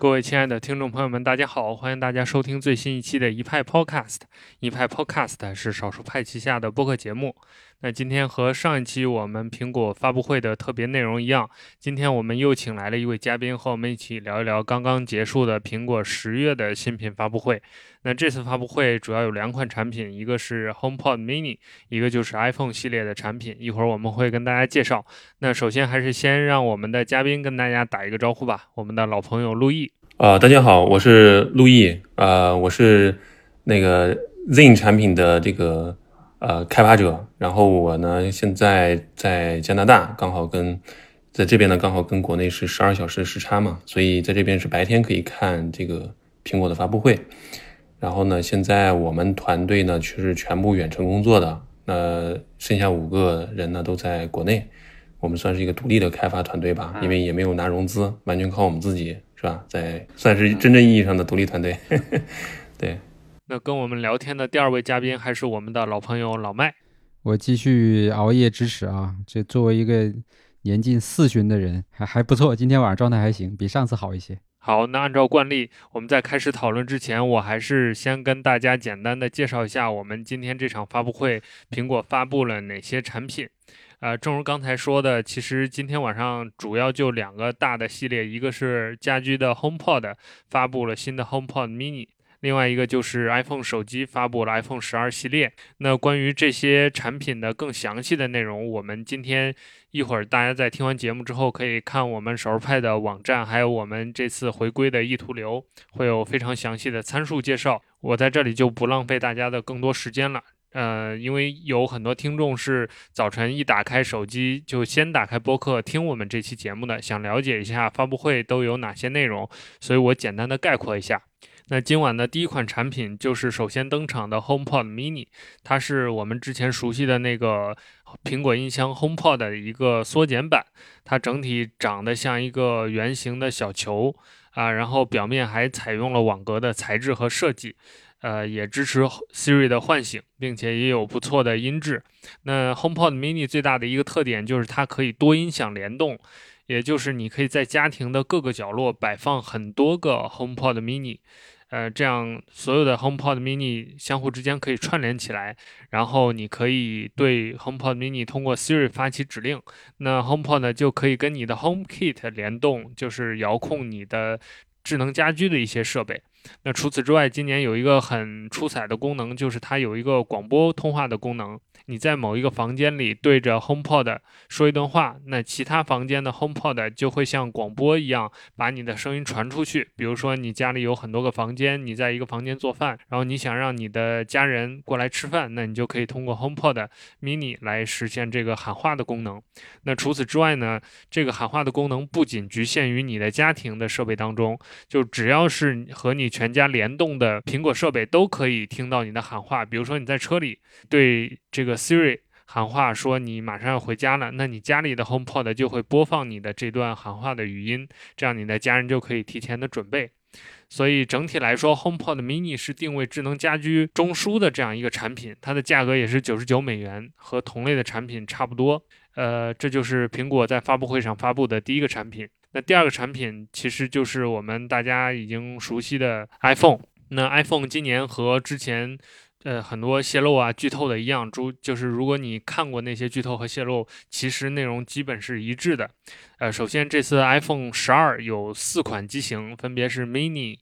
各位亲爱的听众朋友们，大家好，欢迎大家收听最新一期的一派 Podcast。一派 Podcast 是少数派旗下的播客节目。那今天和上一期我们苹果发布会的特别内容一样，今天我们又请来了一位嘉宾，和我们一起聊一聊刚刚结束的苹果10月的新品发布会。那这次发布会主要有2款产品，一个是 HomePod Mini， 一个就是 iPhone 系列的产品，一会儿我们会跟大家介绍。那首先还是先让我们的嘉宾跟大家打一个招呼吧，我们的老朋友陆毅。 大家好，我是陆毅，我是那个 Zing 产品的这个开发者，然后我呢现在在加拿大，在这边呢刚好跟国内是12小时的时差嘛，所以在这边是白天可以看这个苹果的发布会。然后呢，现在我们团队呢是全部远程工作的，那剩下5个人呢都在国内，我们算是一个独立的开发团队吧，因为也没有拿融资，完全靠我们自己。是吧？算是真正意义上的独立团队。对。 那跟我们聊天的第2位嘉宾还是我们的老朋友老麦。 我继续熬夜支持啊！这作为一个年近40的人，还不错，今天晚上状态还行，比上次好一些。 好，那按照惯例，我们在开始讨论之前，我还是先跟大家简单的介绍一下我们今天这场发布会，苹果发布了哪些产品。正如刚才说的，其实今天晚上主要就2个大的系列，一个是家居的 HomePod 发布了新的 HomePod Mini， 另外一个就是 iPhone 手机发布了 iPhone 12系列。那关于这些产品的更详细的内容，我们今天一会儿大家在听完节目之后，可以看我们少数派的网站，还有我们这次回归的意图流，会有非常详细的参数介绍。我在这里就不浪费大家的更多时间了。因为有很多听众是早晨一打开手机就先打开播客听我们这期节目的，想了解一下发布会都有哪些内容，所以我简单的概括一下。那今晚的第1款产品就是首先登场的 HomePod Mini， 它是我们之前熟悉的那个苹果音箱 HomePod 的一个缩减版，它整体长得像一个圆形的小球然后表面还采用了网格的材质和设计。也支持 Siri 的唤醒，并且也有不错的音质。那 HomePod Mini 最大的一个特点就是它可以多音响联动，也就是你可以在家庭的各个角落摆放很多个 HomePod Mini，这样所有的 HomePod Mini 相互之间可以串联起来，然后你可以对 HomePod Mini 通过 Siri 发起指令，那 HomePod 呢就可以跟你的 HomeKit 联动，就是遥控你的智能家居的一些设备。那除此之外，今年有一个很出彩的功能，就是它有一个广播通话的功能。你在某一个房间里对着 HomePod 说一段话，那其他房间的 HomePod 就会像广播一样把你的声音传出去。比如说你家里有很多个房间，你在一个房间做饭，然后你想让你的家人过来吃饭，那你就可以通过 HomePod Mini 来实现这个喊话的功能。那除此之外呢，这个喊话的功能不仅局限于你的家庭的设备当中，就只要是和你全家联动的苹果设备都可以听到你的喊话。比如说你在车里对这个 Siri 喊话说你马上要回家了，那你家里的 HomePod 就会播放你的这段喊话的语音，这样你的家人就可以提前的准备。所以整体来说 HomePod Mini 是定位智能家居中枢的这样一个产品，它的价格也是$99，和同类的产品差不多。这就是苹果在发布会上发布的第1个产品。那第2个产品其实就是我们大家已经熟悉的 iPhone。那 iPhone 今年和之前很多泄露剧透的一样，就是如果你看过那些剧透和泄露，其实内容基本是一致的。首先这次 iPhone 12有4款机型，分别是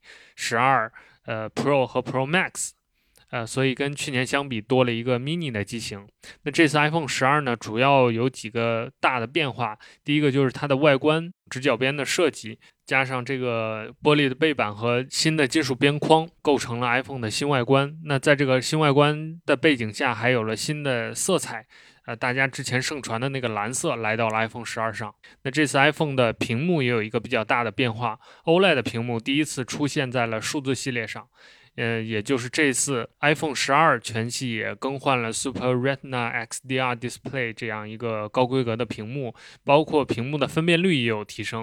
Mini、12、Pro 和 Pro Max。所以跟去年相比多了一个 mini 的机型。那这次 iPhone 12呢，主要有几个大的变化。第一个就是它的外观直角边的设计，加上这个玻璃的背板和新的金属边框，构成了 iPhone 的新外观。那在这个新外观的背景下，还有了新的色彩。大家之前盛传的那个蓝色来到了 iPhone 12上。那这次 iPhone 的屏幕也有一个比较大的变化 ，OLED 的屏幕第一次出现在了数字系列上。也就是这次 iPhone 12全系也更换了 Super Retina XDR Display 这样一个高规格的屏幕，包括屏幕的分辨率也有提升。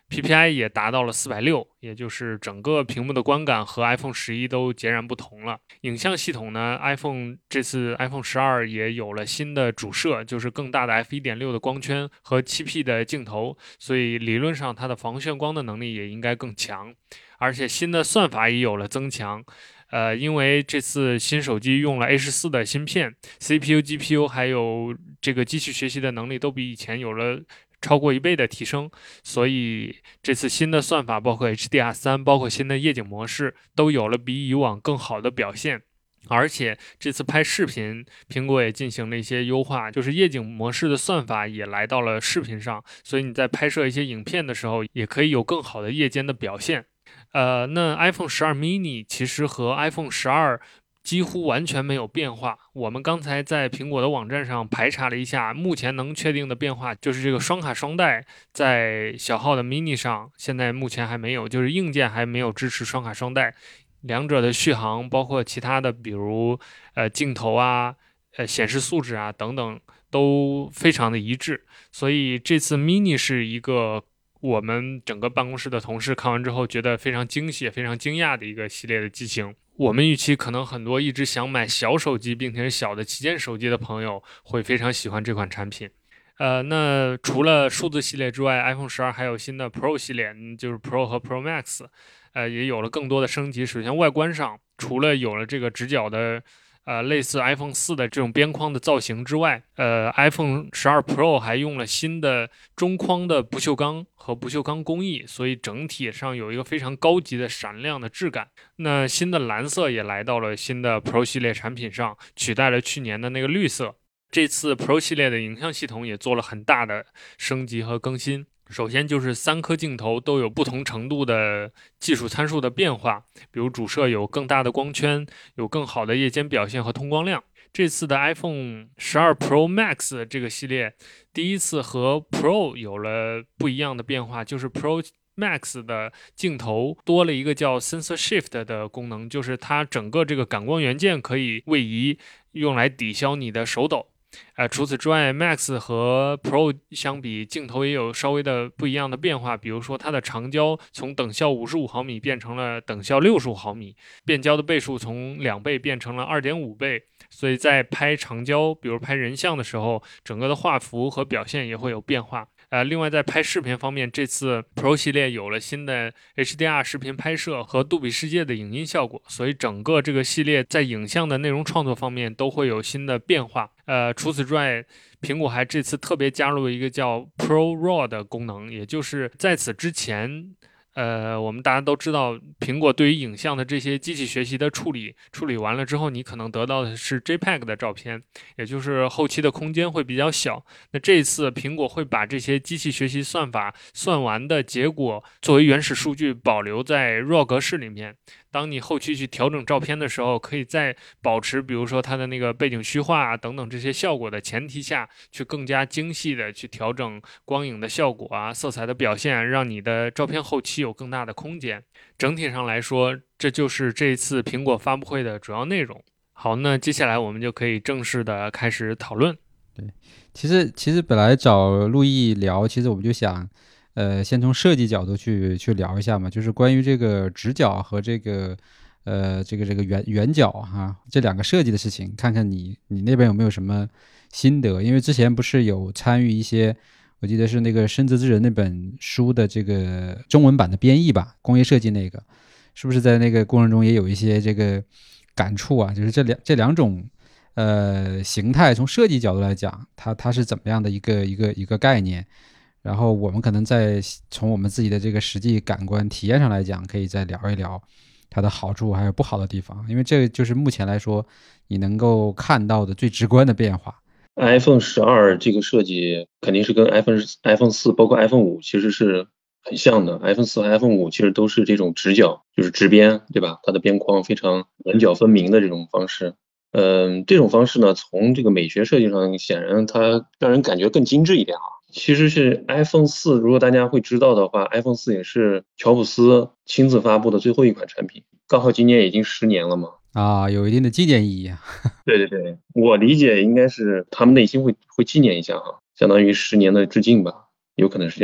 PPI 也达到了460，也就是整个屏幕的观感和 iPhone 11都截然不同了。影像系统呢，这次 iPhone 12也有了新的主摄，就是更大的 f1.6 的光圈和 7P 的镜头，所以理论上它的防眩光的能力也应该更强，而且新的算法也有了增强。因为这次新手机用了 A14的芯片 ，CPU、GPU 还有这个机器学习的能力都比以前有了超过1倍的提升，所以这次新的算法，包括 HDR3，包括新的夜景模式，都有了比以往更好的表现。而且这次拍视频，苹果也进行了一些优化，就是夜景模式的算法也来到了视频上，所以你在拍摄一些影片的时候，也可以有更好的夜间的表现。那 iPhone 12 mini 其实和 iPhone 12几乎完全没有变化。我们刚才在苹果的网站上排查了一下，目前能确定的变化就是这个双卡双待，在小号的 mini 上现在目前还没有，就是硬件还没有支持双卡双待。两者的续航，包括其他的，比如镜头啊、显示素质啊等等，都非常的一致。所以这次 mini 是一个我们整个办公室的同事看完之后觉得非常惊喜、非常惊讶的一个系列的机型。我们预期可能很多一直想买小手机并且是小的旗舰手机的朋友会非常喜欢这款产品。那除了数字系列之外 ，iPhone 12还有新的 Pro 系列，就是 Pro 和 Pro Max，也有了更多的升级。首先外观上，除了有了这个直角的类似 iPhone 4的这种边框的造型之外，iPhone 12 Pro 还用了新的中框的不锈钢和不锈钢工艺，所以整体上有一个非常高级的闪亮的质感。那新的蓝色也来到了新的 Pro 系列产品上，取代了去年的那个绿色。这次 Pro 系列的影像系统也做了很大的升级和更新。首先就是3颗镜头都有不同程度的技术参数的变化，比如主摄有更大的光圈，有更好的夜间表现和通光量。这次的 iPhone 12 Pro Max 这个系列第一次和 Pro 有了不一样的变化，就是 Pro Max 的镜头多了一个叫 Sensor Shift 的功能，就是它整个这个感光元件可以位移，用来抵消你的手抖。除此之外 ，Max 和 Pro 相比，镜头也有稍微的不一样的变化。比如说，它的长焦从等效55毫米变成了等效65毫米，变焦的倍数从2倍变成了2.5倍。所以在拍长焦，比如拍人像的时候，整个的画幅和表现也会有变化。另外在拍视频方面，这次 Pro 系列有了新的 HDR 视频拍摄和杜比世界的影音效果，所以整个这个系列在影像的内容创作方面都会有新的变化。除此之外，苹果还这次特别加入了一个叫 Pro RAW 的功能，也就是在此之前。我们大家都知道，苹果对于影像的这些机器学习的处理完了之后，你可能得到的是 JPEG 的照片，也就是后期的空间会比较小。那这一次，苹果会把这些机器学习算法算完的结果作为原始数据保留在 RAW 格式里面。当你后期去调整照片的时候，可以在保持比如说它的那个背景虚化啊等等这些效果的前提下，去更加精细的去调整光影的效果啊、色彩的表现，让你的照片后期有更大的空间。整体上来说，这就是这一次苹果发布会的主要内容。好，那接下来我们就可以正式的开始讨论。 对，其实本来找陆毅聊，其实我们就想先从设计角度去聊一下嘛，就是关于这个直角和这个圆角哈，这2个设计的事情，看看你那边有没有什么心得？因为之前不是有参与一些，我记得是那个深泽之人那本书的这个中文版的编译吧，工业设计那个，是不是在那个过程中也有一些这个感触啊？就是这两种形态，从设计角度来讲，它是怎么样的一个概念？然后我们可能在从我们自己的这个实际感官体验上来讲，可以再聊一聊它的好处还有不好的地方，因为这就是目前来说你能够看到的最直观的变化。 iPhone 12这个设计肯定是跟 iPhone 4包括 iPhone 5其实是很像的。iPhone 4和 iPhone 5其实都是这种直角，就是直边，对吧？它的边框非常棱角分明的这种方式。这种方式呢，从这个美学设计上，显然它让人感觉更精致一点啊。其实是 iPhone 4，如果大家会知道的话 ，iPhone 4也是乔布斯亲自发布的最后一款产品，刚好今年已经10年了嘛。 啊，有一定的纪念意义啊。 对对对，我理解应该是他们内心会纪念一下哈，相当于10年的致敬吧，有可能是这样子。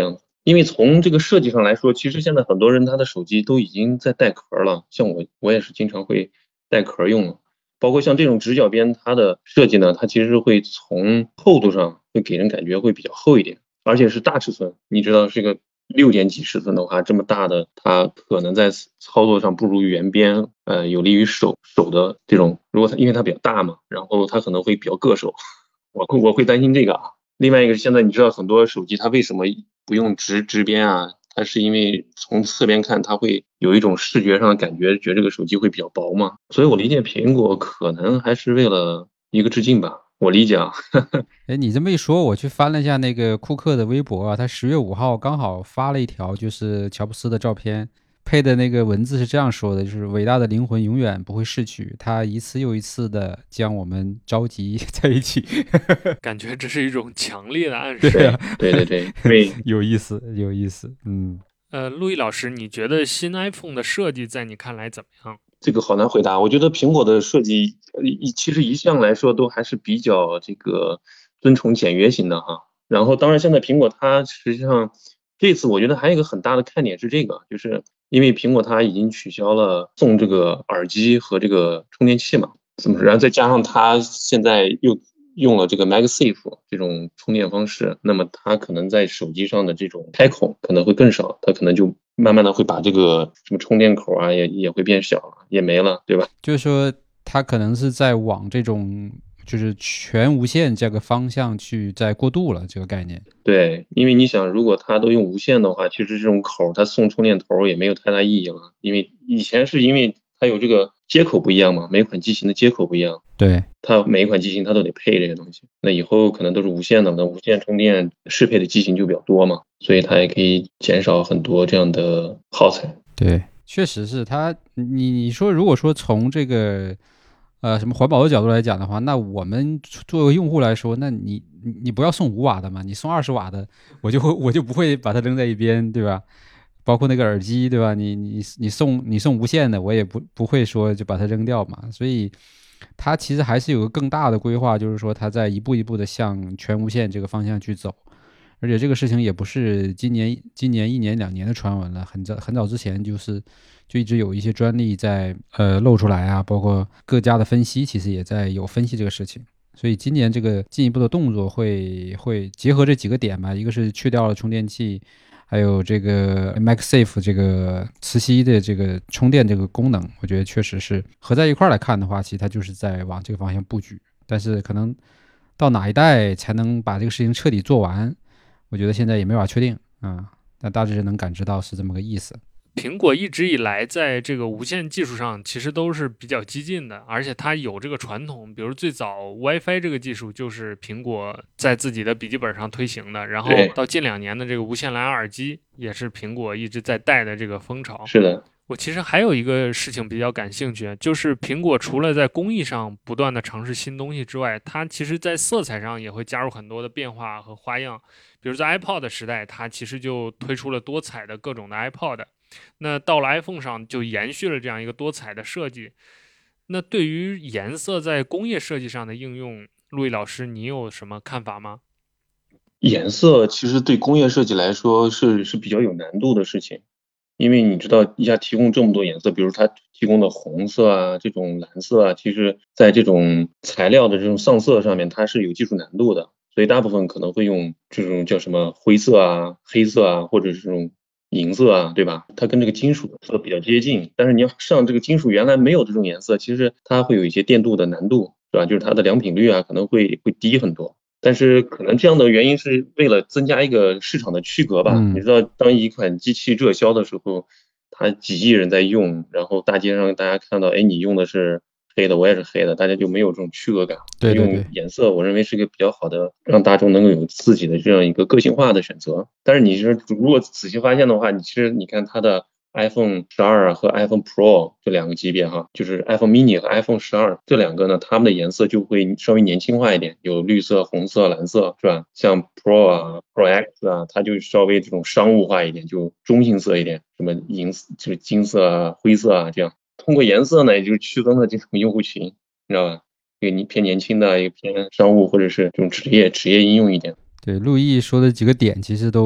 因为从这个设计上来说，其实现在很多人他的手机都已经在带壳了，像我也是经常会带壳用了。包括像这种直角边，它的设计呢，它其实会从厚度上会给人感觉会比较厚一点，而且是大尺寸。你知道这个6点几尺寸的话，这么大的，它可能在操作上不如圆边，有利于手的这种。如果因为它比较大嘛，然后它可能会比较硌手，我会担心这个啊。另外一个是现在你知道很多手机它为什么不用直边啊？它是因为从侧边看，它会有一种视觉上的感觉，觉得这个手机会比较薄嘛。所以我理解苹果可能还是为了一个致敬吧，我理解啊。 哎，你这么一说，我去翻了一下那个库克的微博啊，他10月5号刚好发了一条就是乔布斯的照片，配的那个文字是这样说的，就是伟大的灵魂永远不会逝去，他一次又一次的将我们召集在一起。 感觉这是一种强烈的暗对示。 啊， 对， 有意思，有意思。嗯， 陆毅老师，你觉得新 iPhone 的设计在你看来怎么样？ 这个好难回答。我觉得苹果的设计，其实一向来说都还是比较这个尊崇简约型的哈。然后，当然现在苹果它实际上这次我觉得还有一个很大的看点是这个，就是因为苹果它已经取消了送这个耳机和这个充电器嘛，然后再加上它现在又用了这个 MagSafe 这种充电方式，那么它可能在手机上的这种开孔可能会更少，它可能就慢慢的会把这个什么充电口啊也会变小，也没了，对吧？ 就是说他可能是在往这种就是全无线这个方向去在过渡了这个概念。 对，因为你想，如果它都用无线的话，其实这种口它送充电头也没有太大意义了，因为以前是因为它有这个接口不一样嘛，每款机型的接口不一样。 对， 它每一款机型它都得配这些东西，那以后可能都是无线的，那无线充电适配的机型就比较多嘛，所以它也可以减少很多这样的耗材。 对，确实是它。你说，如果说从这个什么环保的角度来讲的话，那我们作为用户来说，那你不要送5瓦的嘛，你送20瓦的，我就不会把它扔在一边，对吧？包括那个耳机，对吧？你送无线的，我也不会说就把它扔掉嘛。所以它其实还是有个更大的规划，就是说它在一步一步的向全无线这个方向去走。而且这个事情也不是今年1年2年的传闻了，很早之前就一直有一些专利在露出来啊，包括各家的分析其实也在有分析这个事情。所以今年这个进一步的动作会结合这几个点吧，一个是去掉了充电器，还有这个 MagSafe 这个磁吸的这个充电这个功能，我觉得确实是合在一块来看的话，其实它就是在往这个方向布局。但是可能到哪一代才能把这个事情彻底做完，我觉得现在也没法确定啊，但大致能感知到是这么个意思。 苹果一直以来在这个无线技术上其实都是比较激进的，而且它有这个传统，比如最早 WiFi 这个技术就是苹果在自己的笔记本上推行的，然后到近2年的这个无线蓝牙耳机也是苹果一直在带的这个风潮。 是的， 我其实还有一个事情比较感兴趣，就是苹果除了在工艺上不断的尝试新东西之外，它其实在色彩上也会加入很多的变化和花样。比如在 iPod 时代，它其实就推出了多彩的各种的 iPod， 那到了 iPhone 上就延续了这样一个多彩的设计。那对于颜色在工业设计上的应用，陆毅老师你有什么看法吗？ 颜色其实对工业设计来说是比较有难度的事情，因为你知道一下提供这么多颜色，比如它提供的红色啊，这种蓝色啊，其实在这种材料的这种上色上面，它是有技术难度的，所以大部分可能会用这种叫什么灰色啊、黑色啊，或者是这种银色啊，对吧？它跟这个金属色比较接近，但是你要上这个金属原来没有这种颜色，其实它会有一些电镀的难度，是吧？就是它的良品率啊可能会低很多。但是可能这样的原因是为了增加一个市场的区隔吧。你知道，当一款机器热销的时候，它几亿人在用，然后大街上大家看到，哎，你用的是黑的，我也是黑的，大家就没有这种区隔感。 对， 用颜色，我认为是一个比较好的，让大众能够有自己的这样一个个性化的选择。但是你是如果仔细发现的话，其实你看它的iPhone 12和 iPhone Pro 这两个级别哈，就是 iPhone mini 和 iPhone 12这两个呢，它们的颜色就会稍微年轻化一点，有绿色、红色、蓝色，是吧？像 Pro 啊、Pro X 啊，它就稍微这种商务化一点，就中性色一点，什么银就是金色啊、灰色啊这样。通过颜色呢，也就区分了这种用户群，你知道吧？一个偏年轻的，一个偏商务或者是这种职业应用一点。 对，陆毅说的几个点其实都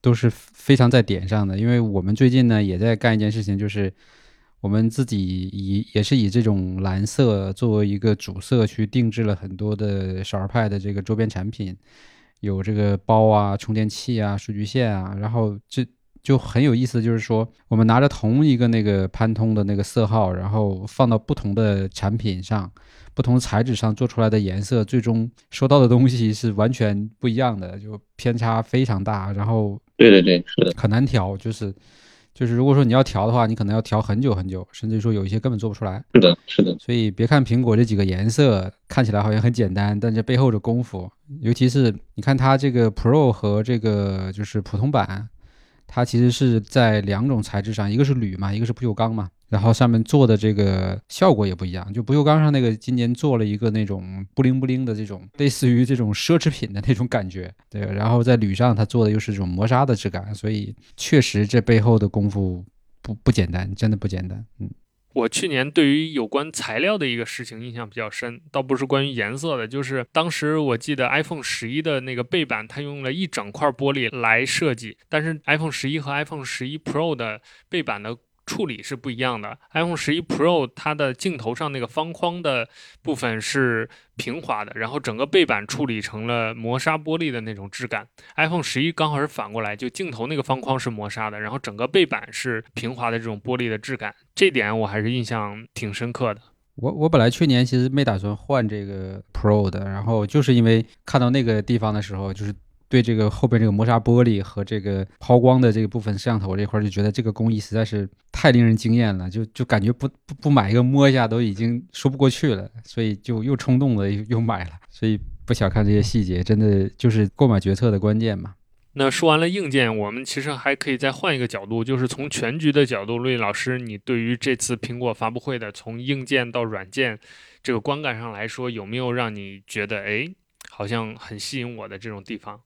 都是非常在点上的。因为我们最近呢也在干一件事情，就是我们自己也是以这种蓝色作为一个主色去定制了很多的少儿派的这个周边产品，有这个包啊、充电器啊、数据线啊，然后这就很有意思，就是说我们拿着同一个那个潘通的那个色号，然后放到不同的产品上、不同材质上做出来的颜色，最终收到的东西是完全不一样的，就偏差非常大，然后对对对，是的， 很难调，就是如果说你要调的话，你可能要调很久很久，甚至说有一些根本做不出来。 是的，是的。 所以别看苹果这几个颜色看起来好像很简单，但这背后的功夫，尤其是你看它这个 Pro 和这个就是普通版，它其实是在两种材质上，一个是铝嘛，一个是不锈钢嘛，然后上面做的这个效果也不一样。就不锈钢上那个今年做了一个那种布灵布灵的这种类似于这种奢侈品的那种感觉，对。然后在铝上它做的又是这种磨砂的质感，所以确实这背后的功夫不简单，真的不简单。 我去年对于有关材料的一个事情印象比较深，倒不是关于颜色的，就是当时我记得 iPhone 11的那个背板，它用了一整块玻璃来设计，但是 iPhone 11和 iPhone 11 Pro 的背板的处理是不一样的。iPhone 11 Pro 它的镜头上那个方框的部分是平滑的，然后整个背板处理成了磨砂玻璃的那种质感。iPhone 11刚好是反过来，就镜头那个方框是磨砂的，然后整个背板是平滑的这种玻璃的质感，这点我还是印象挺深刻的。 我本来去年其实没打算换这个 Pro 的，然后就是因为看到那个地方的时候，就是对这个后边这个磨砂玻璃和这个抛光的这个部分摄像头这块，就觉得这个工艺实在是太令人惊艳了，就感觉不买一个摸一下都已经说不过去了，所以就又冲动的又买了。所以不小看这些细节，真的就是购买决策的关键嘛。 那说完了硬件，我们其实还可以再换一个角度，就是从全局的角度，陆毅老师，你对于这次苹果发布会的从硬件到软件这个观感上来说，有没有让你觉得好像很吸引我的这种地方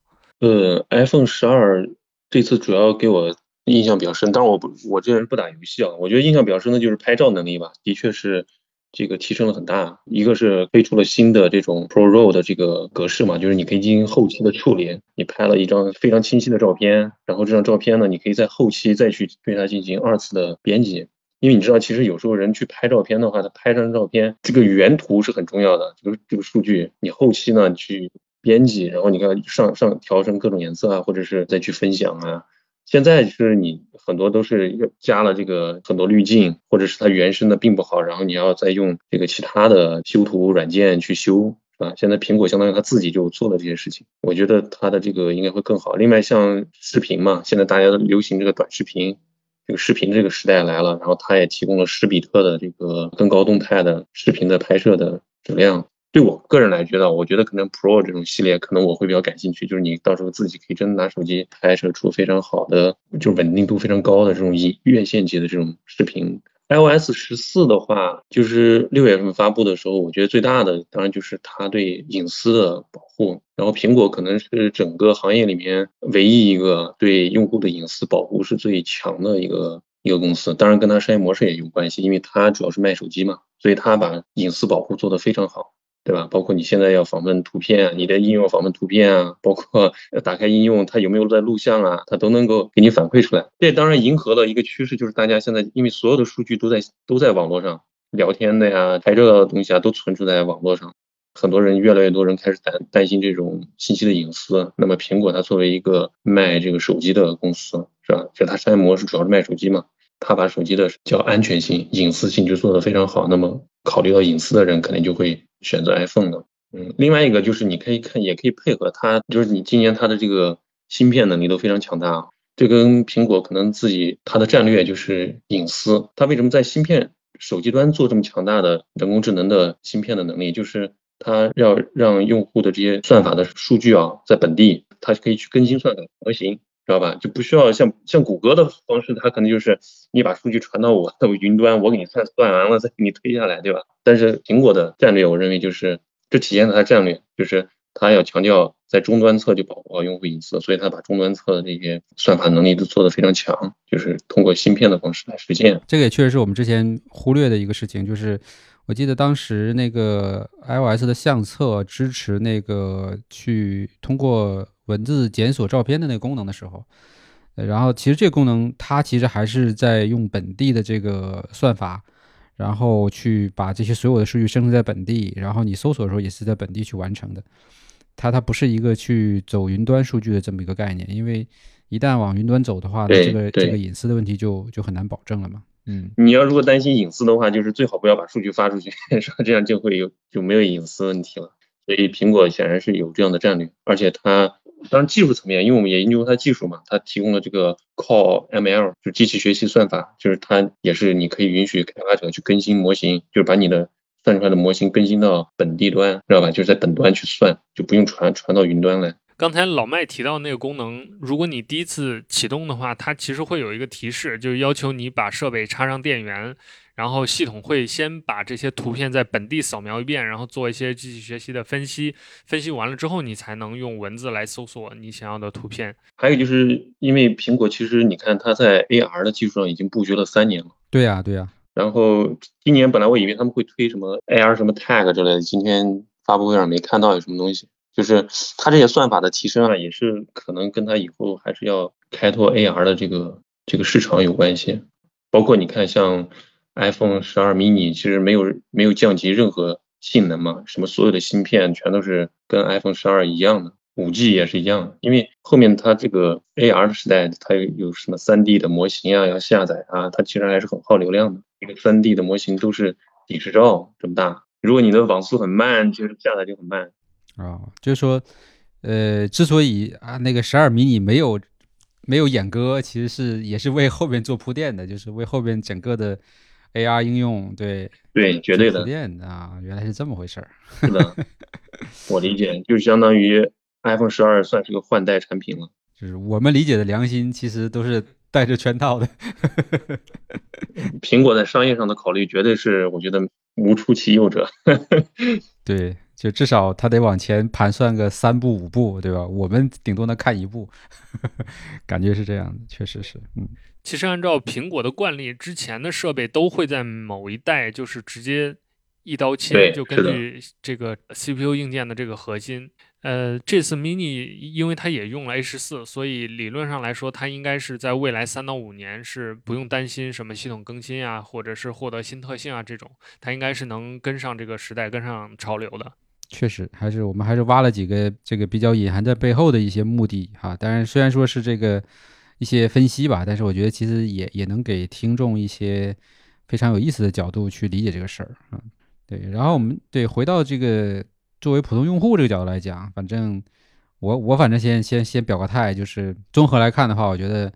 iPhone 12这次主要给我印象比较深，当然我这人不打游戏啊，我觉得印象比较深的就是拍照能力吧，的确是这个提升了很大。一个是推出了新的这种 Pro RAW 的这个格式嘛，就是你可以进行后期的处理，你拍了一张非常清晰的照片，然后这张照片呢，你可以在后期再去对它进行二次的编辑。因为你知道，其实有时候人去拍照片的话，他拍张照片，这个原图是很重要的，这个数据，你后期呢去编辑，然后你看上调成各种颜色啊，或者是再去分享啊。现在是你很多都是加了这个很多滤镜，或者是它原生的并不好，然后你要再用这个其他的修图软件去修，是吧？现在苹果相当于它自己就做了这些事情，我觉得它的这个应该会更好。另外像视频嘛，现在大家流行这个短视频。这个视频这个时代来了，然后它也提供了10比特的这个更高动态的视频的拍摄的质量。对我个人来觉得，我觉得可能 Pro 这种系列可能我会比较感兴趣，就是你到时候自己可以真的拿手机拍摄出非常好的，就是稳定度非常高的这种院线级的这种视频。iOS 14的话，就是6月份发布的时候，我觉得最大的当然就是它对隐私的保护。然后苹果可能是整个行业里面唯一一个对用户的隐私保护是最强的一个公司。当然跟它商业模式也有关系，因为它主要是卖手机嘛，所以它把隐私保护做得非常好。对吧？包括你现在要访问图片，你的应用访问图片啊，包括打开应用它有没有在录像啊，它都能够给你反馈出来。这当然迎合了一个趋势，就是大家现在因为所有的数据都在网络上，聊天的呀、拍照的东西啊都存储在网络上，很多人越来越多人开始担心这种信息的隐私。那么苹果它作为一个卖这个手机的公司，是吧？就它商业模式主要是卖手机嘛。他把手机的叫安全性、隐私性就做得非常好，那么考虑到隐私的人肯定就会选择 iPhone 的。另外一个就是你可以看，也可以配合它，就是你今年它的这个芯片能力都非常强大，这跟苹果可能自己它的战略就是隐私。它为什么在芯片手机端做这么强大的人工智能的芯片的能力，就是它要让用户的这些算法的数据啊，在本地它可以去更新算法模型。知道吧？就不需要像谷歌的方式，它可能就是你把数据传到我的云端，我给你算完了再给你推下来，对吧？但是苹果的战略，我认为就是这体现了它的战略，就是它要强调在终端侧就保护好用户隐私，所以它把终端侧的这些算法能力都做得非常强，就是通过芯片的方式来实现。 这个也确实是我们之前忽略的一个事情，就是我记得当时那个 iOS 的相册支持那个去通过文字检索照片的那个功能的时候， 然后其实这个功能它其实还是在用本地的这个算法，然后去把这些所有的数据生成在本地，然后你搜索的时候也是在本地去完成的。它不是一个去走云端数据的这么一个概念，因为一旦往云端走的话，那这个隐私的问题就很难保证了嘛。 你要如果担心隐私的话，就是最好不要把数据发出去，这样就没有隐私问题了。所以苹果显然是有这样的战略，而且它当然技术层面，因为我们也研究它技术嘛，它提供了这个 Core ML， 就机器学习算法，就是它也是你可以允许开发者去更新模型，就是把你的算出来的模型更新到本地端，知道吧？就是在本端去算，就不用传到云端来。 刚才老麦提到那个功能，如果你第一次启动的话，它其实会有一个提示，就是要求你把设备插上电源，然后系统会先把这些图片在本地扫描一遍，然后做一些机器学习的分析，分析完了之后，你才能用文字来搜索你想要的图片。 还有就是因为苹果其实你看它在 AR 的技术上已经布局了3年了。 对呀，对呀。 然后今年本来我以为他们会推什么 AR 什么 tag 之类的，今天发布会上没看到有什么东西。就是它这些算法的提升啊，也是可能跟它以后还是要开拓 AR 的这个市场有关系。包括你看像 iPhone 12 mini 其实没有降级任何性能嘛，什么所有的芯片全都是跟 iPhone 12一样的。5G 也是一样的，因为后面它这个 AR 的时代，它有什么 3D 的模型啊要下载啊，它其实还是很耗流量的。一个 3D 的模型都是几十兆这么大，如果你的网速很慢，其实下载就很慢。 就是说，之所以那个12 mini 没有演歌，其实也是为后边做铺垫的，就是为后边整个的 AR 应用对绝对的铺垫啊，原来是这么回事儿。 是的，我理解，就相当于 iPhone 12算是个换代产品了。 就是我们理解的良心，其实都是带着圈套的。 苹果在商业上的考虑，绝对是我觉得无出其右者。 对，就至少他得往前盘算个3步5步，对吧？我们顶多能看1步，感觉是这样的，确实是。 其实按照苹果的惯例，之前的设备都会在某一代就是直接一刀切，就根据这个 CPU 硬件的这个核心。这次 mini 因为它也用了 A14，所以理论上来说，它应该是在未来3到5年是不用担心什么系统更新啊，或者是获得新特性啊这种，它应该是能跟上这个时代，跟上潮流的。 确实，我们还是挖了几个这个比较隐含在背后的一些目的哈。当然，虽然说是这个一些分析吧，但是我觉得其实也能给听众一些非常有意思的角度去理解这个事儿啊。对，然后我们回到这个作为普通用户这个角度来讲，反正我反正先表个态，就是综合来看的话，我觉得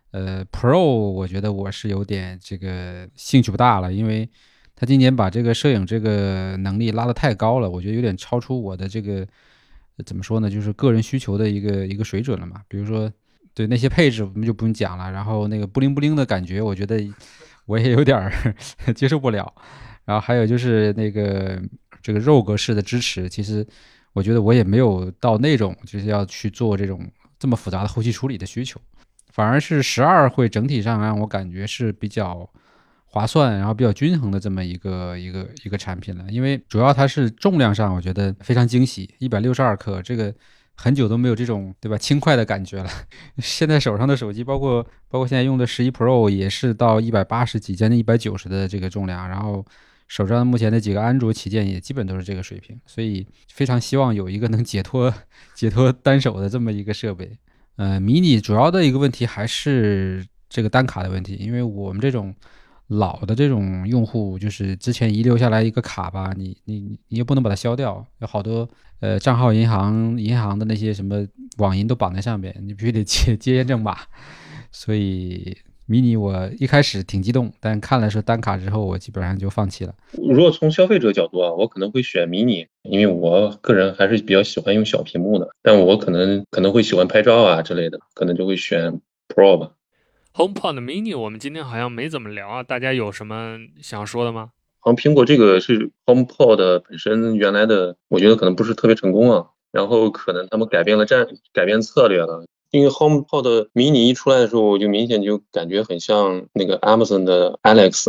Pro 我觉得我是有点这个兴趣不大了，因为他今年把这个摄影这个能力拉得太高了，我觉得有点超出我的这个怎么说呢，就是个人需求的一个水准了嘛。比如说对那些配置我们就不用讲了，然后那个布灵布灵的感觉，我觉得我也有点接受不了。然后还有就是那个这个RAW格式的支持，其实我觉得我也没有到那种就是要去做这种这么复杂的后期处理的需求，反而是12会整体上让我感觉是比较划算，然后比较均衡的这么一个产品了。因为主要它是重量上我觉得非常惊喜，162克，这个很久都没有这种对吧轻快的感觉了。现在手上的手机包括现在用的11 Pro 也是到180几将近190的这个重量，然后手上目前的几个安卓旗舰也基本都是这个水平，所以非常希望有一个能解脱单手的这么一个设备。mini 主要的一个问题还是这个单卡的问题，因为我们这种老的这种用户，就是之前遗留下来一个卡吧，你也不能把它消掉，有好多账号银行的那些什么网银都绑在上面，你必须得接验证码，所以mini 我一开始挺激动，但看了是单卡之后，我基本上就放弃了。 如果从消费者角度啊，我可能会选mini，因为我个人还是比较喜欢用小屏幕的，但我可能会喜欢拍照啊之类的，可能就会选 Pro 吧。 HomePod mini 我们今天好像没怎么聊啊，大家有什么想说的吗？ 好像苹果这个是 HomePod 本身原来的，我觉得可能不是特别成功啊，然后可能他们改变策略了。因为 HomePod mini 一出来的时候，我就明显就感觉很像那个 Amazon 的 Alex，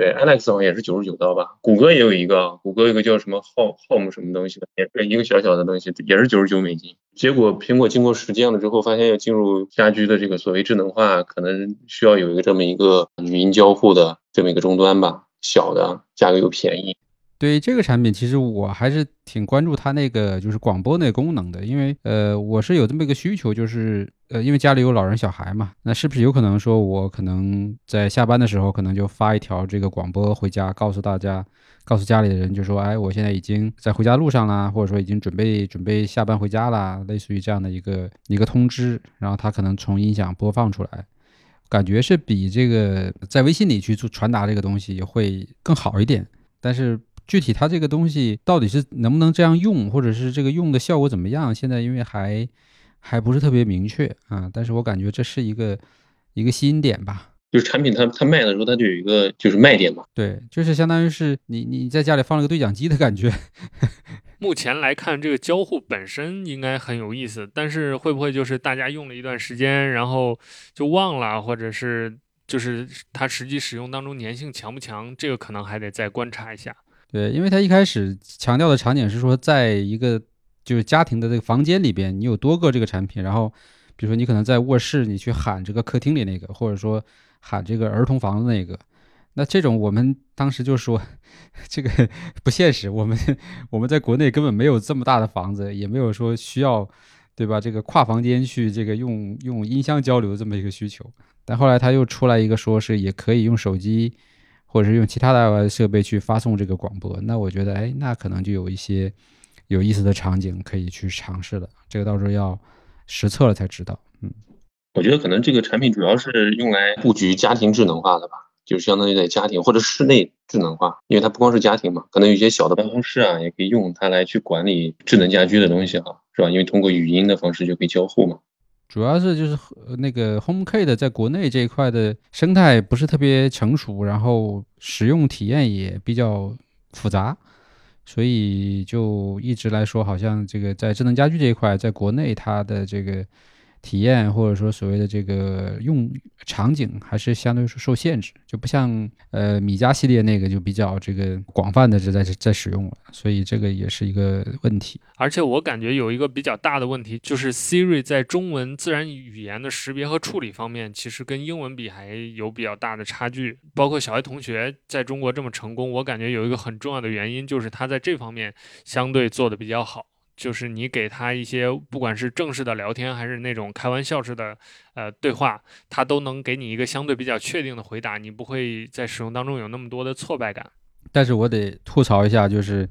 对，Alex 好像也是$99吧。谷歌也有一个，谷歌有一个叫什么 Home 什么东西的，也是一个小小的东西，也是$99。结果苹果经过实践了之后，发现要进入家居的这个所谓智能化，可能需要有一个这么一个语音交互的这么一个终端吧，小的，价格又便宜。 对这个产品，其实我还是挺关注它那个就是广播那个功能的，因为我是有这么一个需求，就是因为家里有老人小孩嘛，那是不是有可能说我可能在下班的时候，可能就发一条这个广播回家，告诉大家，告诉家里的人，就说，哎，我现在已经在回家路上啦，或者说已经准备下班回家啦，类似于这样的一个通知，然后它可能从音响播放出来，感觉是比这个在微信里去传达这个东西会更好一点，但是具体它这个东西到底是能不能这样用，或者是这个用的效果怎么样，现在因为还不是特别明确啊，但是我感觉这是一个吸引点吧。 就是产品它卖的时候，它就有一个就是卖点嘛。 对，就是相当于是你在家里放了个对讲机的感觉。 目前来看，这个交互本身应该很有意思，但是会不会就是大家用了一段时间，然后就忘了，或者是就是它实际使用当中粘性强不强，这个可能还得再观察一下。 对，因为他一开始强调的场景是说，在一个就是家庭的这个房间里边，你有多个这个产品，然后比如说你可能在卧室，你去喊这个客厅里那个，或者说喊这个儿童房的那个，那这种我们当时就说这个不现实，我们在国内根本没有这么大的房子，也没有说需要，对吧？这个跨房间去这个用音箱交流这么一个需求。但后来他又出来一个说是也可以用手机或者是用其他的设备去发送这个广播，那我觉得哎，那可能就有一些有意思的场景可以去尝试了，这个到时候要实测了才知道。 我觉得可能这个产品主要是用来布局家庭智能化的吧，就是相当于在家庭或者室内智能化，因为它不光是家庭嘛，可能有一些小的办公室啊，也可以用它来去管理智能家居的东西哈，是吧？因为通过语音的方式就可以交互嘛。 主要是就是那个 HomeKit 在国内这一块的生态不是特别成熟，然后使用体验也比较复杂，所以就一直来说，好像这个在智能家居这一块，在国内它的这个体验或者说所谓的这个用场景还是相对受限制，就不像米家系列那个就比较这个广泛的在使用了，所以这个也是一个问题。 而且我感觉有一个比较大的问题，就是 Siri 在中文自然语言的识别和处理方面，其实跟英文比还有比较大的差距。包括小爱同学在中国这么成功，我感觉有一个很重要的原因，就是他在这方面相对做的比较好。就是你给他一些不管是正式的聊天，还是那种开玩笑式的对话，他都能给你一个相对比较确定的回答，你不会在使用当中有那么多的挫败感。 但是我得吐槽一下，就是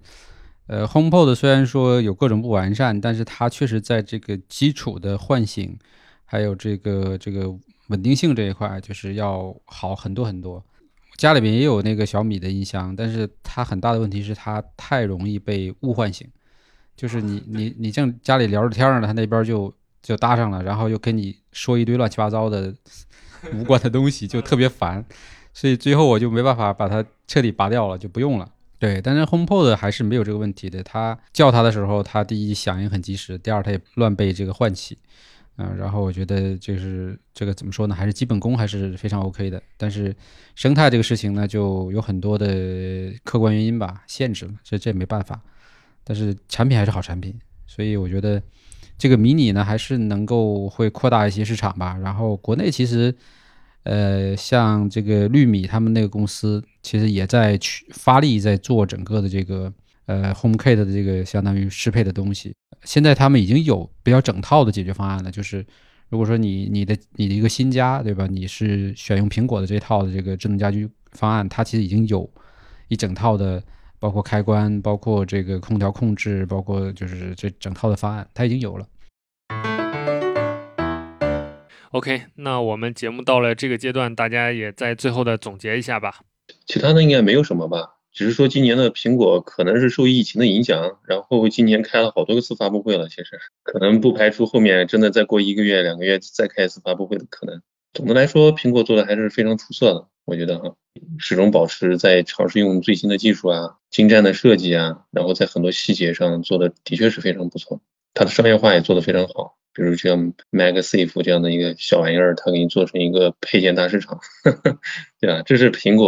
HomePod 虽然说有各种不完善，但是它确实在这个基础的唤醒，还有这个稳定性这一块，就是要好很多很多。家里边也有那个小米的音箱，但是它很大的问题是它太容易被误唤醒，就是你正家里聊着天呢，它那边就搭上了，然后又跟你说一堆乱七八糟的无关的东西，就特别烦。所以最后我就没办法把它彻底拔掉了，就不用了。对，但是 HomePod 还是没有这个问题的。它叫它的时候，它第一响应很及时，第二它也乱被这个唤起，然后我觉得就是这个怎么说呢，还是基本功还是非常 OK 的。但是生态这个事情呢，就有很多的客观原因吧，限制了，这也没办法。但是产品还是好产品，所以我觉得这个迷你呢，还是能够会扩大一些市场吧。然后国内其实。像这个绿米他们那个公司，其实也在发力在做整个的这个HomeKit 的这个相当于适配的东西。现在他们已经有比较整套的解决方案了，就是如果说你的一个新家，对吧？你是选用苹果的这套的这个智能家居方案，它其实已经有一整套的，包括开关，包括这个空调控制，包括就是这整套的方案，它已经有了。 OK，那我们节目到了这个阶段，大家也在最后的总结一下吧。 其他的应该没有什么吧，只是说今年的苹果可能是受疫情的影响，然后今年开了好多次发布会了，其实可能不排除后面真的再过1个月、2个月再开一次发布会的可能。总的来说，苹果做的还是非常出色的，我觉得哈，始终保持在尝试用最新的技术啊、精湛的设计啊，然后在很多细节上做的的确是非常不错，它的商业化也做得非常好。比如像 MagSafe 这样的一个小玩意儿，它给你做成一个配件大市场，对吧？这是苹果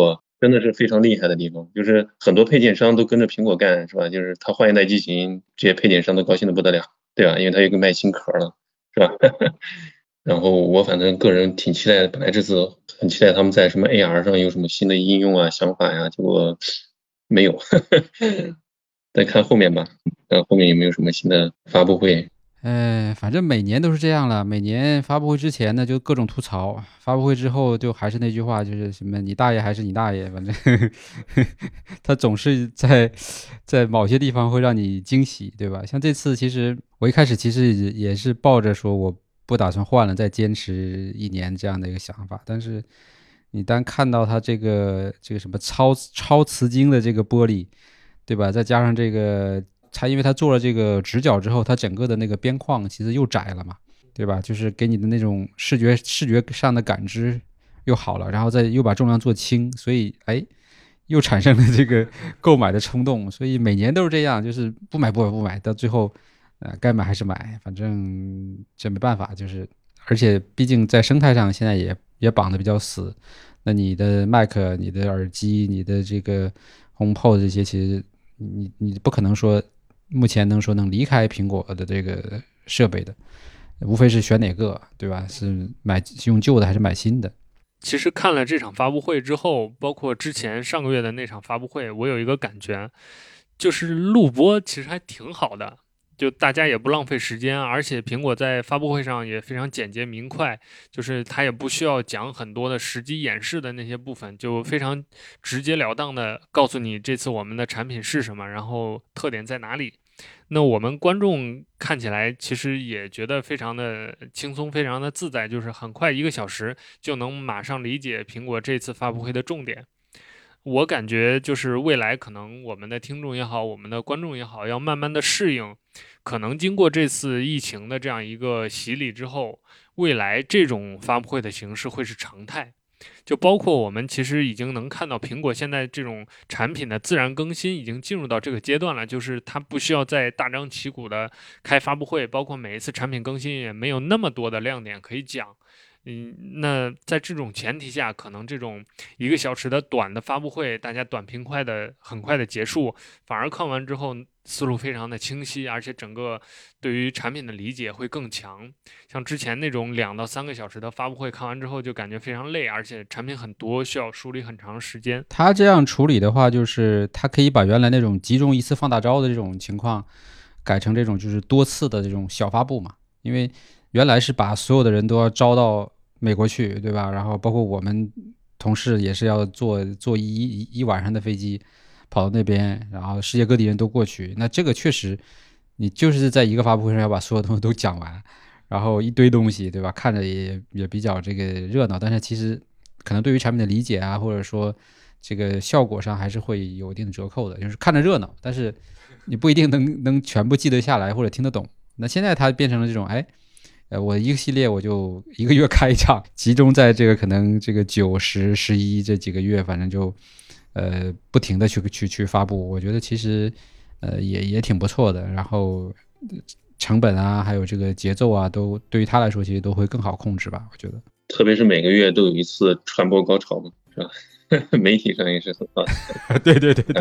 真的是非常厉害的地方，就是很多配件商都跟着苹果干，是吧？就是他换一代机型，这些配件商都高兴的不得了，对吧？因为他又给卖新壳了，是吧？然后我反正个人挺期待的，本来这次很期待他们在什么 AR 上有什么新的应用啊、想法呀，结果没有。再看后面吧，看后面有没有什么新的发布会。 反正每年都是这样了。每年发布会之前呢，就各种吐槽；发布会之后，就还是那句话，就是什么“你大爷还是你大爷”，反正他总是在某些地方会让你惊喜，对吧？像这次，其实我一开始其实也是抱着说我不打算换了，再坚持一年这样的一个想法。但是你当看到它这个什么超瓷晶的这个玻璃，对吧？再加上这个。因为它做了这个直角之后，它整个的那个边框其实又窄了嘛，对吧？就是给你的那种视觉上的感知又好了，然后再又把重量做轻，所以又产生了这个购买的冲动。所以每年都是这样，就是不买，到最后该买还是买，反正这没办法，就是而且毕竟在生态上现在也绑得比较死。那你的麦克、你的耳机、你的这个 HomePod 这些，其实你不可能说。目前能离开苹果的这个设备的，无非是选哪个，对吧？是用旧的还是买新的？ 其实看了这场发布会之后，包括之前上个月的那场发布会，我有一个感觉，就是录播其实还挺好的，就大家也不浪费时间，而且苹果在发布会上也非常简洁明快，就是它也不需要讲很多的实机演示的那些部分，就非常直截了当的告诉你这次我们的产品是什么，然后特点在哪里。那我们观众看起来其实也觉得非常的轻松，非常的自在，就是很快1个小时就能马上理解苹果这次发布会的重点。我感觉就是未来可能我们的听众也好，我们的观众也好，要慢慢的适应，可能经过这次疫情的这样一个洗礼之后，未来这种发布会的形式会是常态。就包括我们其实已经能看到苹果现在这种产品的自然更新已经进入到这个阶段了，就是它不需要再大张旗鼓的开发布会，包括每一次产品更新也没有那么多的亮点可以讲。那在这种前提下，可能这种1个小时的短的发布会，大家短平快的很快的结束，反而看完之后思路非常的清晰，而且整个对于产品的理解会更强。像之前那种2到3个小时的发布会，看完之后就感觉非常累，而且产品很多，需要梳理很长时间。 他这样处理的话，就是他可以把原来那种集中一次放大招的这种情况，改成这种就是多次的这种小发布嘛，因为原来是把所有的人都要招到美国去，对吧？然后包括我们同事也是要坐一晚上的飞机跑到那边，然后世界各地人都过去。那这个确实，你就是在一个发布会上要把所有东西都讲完，然后一堆东西，对吧？看着也比较这个热闹，但是其实可能对于产品的理解啊，或者说这个效果上还是会有一定的折扣的。就是看着热闹，但是你不一定能全部记得下来或者听得懂。那现在它变成了这种，我一个系列我就1个月开一场，集中在这个可能这个9、10、11这几个月，反正就不停的去发布。我觉得其实也挺不错的。然后成本啊，还有这个节奏啊，都对于他来说其实都会更好控制吧，我觉得。 特别是每个月都有一次传播高潮嘛，是吧？媒体上也是很好的。 对，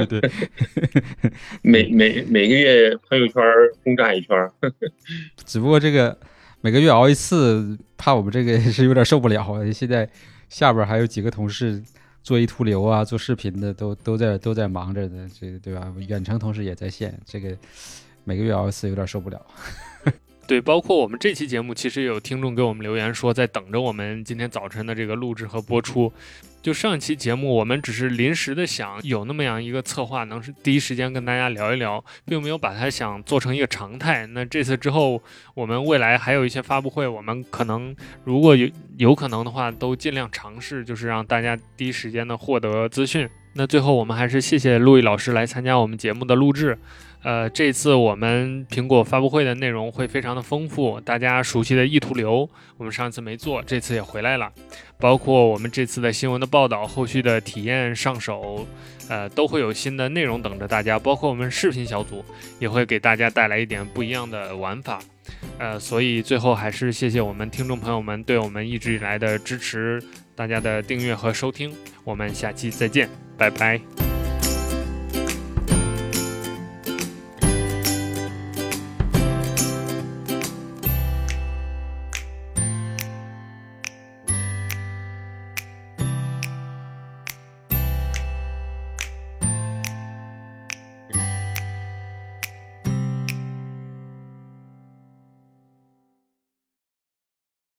每个月朋友圈轰炸一圈。 只不过这个每个月熬一次，怕我们这个是有点受不了。现在下边还有几个同事做一图流啊，做视频的都在忙着的，这个对吧？远程同事也在线，这个每个月熬一次有点受不了。 对，包括我们这期节目，其实有听众给我们留言说，在等着我们今天早晨的这个录制和播出。就上一期节目，我们只是临时的想有那么样一个策划，能是第一时间跟大家聊一聊，并没有把它想做成一个常态。那这次之后，我们未来还有一些发布会，我们可能如果有可能的话，都尽量尝试，就是让大家第一时间的获得资讯。那最后，我们还是谢谢陆毅老师来参加我们节目的录制。这次我们苹果发布会的内容会非常的丰富，大家熟悉的意图流，我们上次没做，这次也回来了，包括我们这次的新闻的报道，后续的体验上手，都会有新的内容等着大家，包括我们视频小组也会给大家带来一点不一样的玩法。所以最后还是谢谢我们听众朋友们对我们一直以来的支持，大家的订阅和收听， 我们下期再见，拜拜。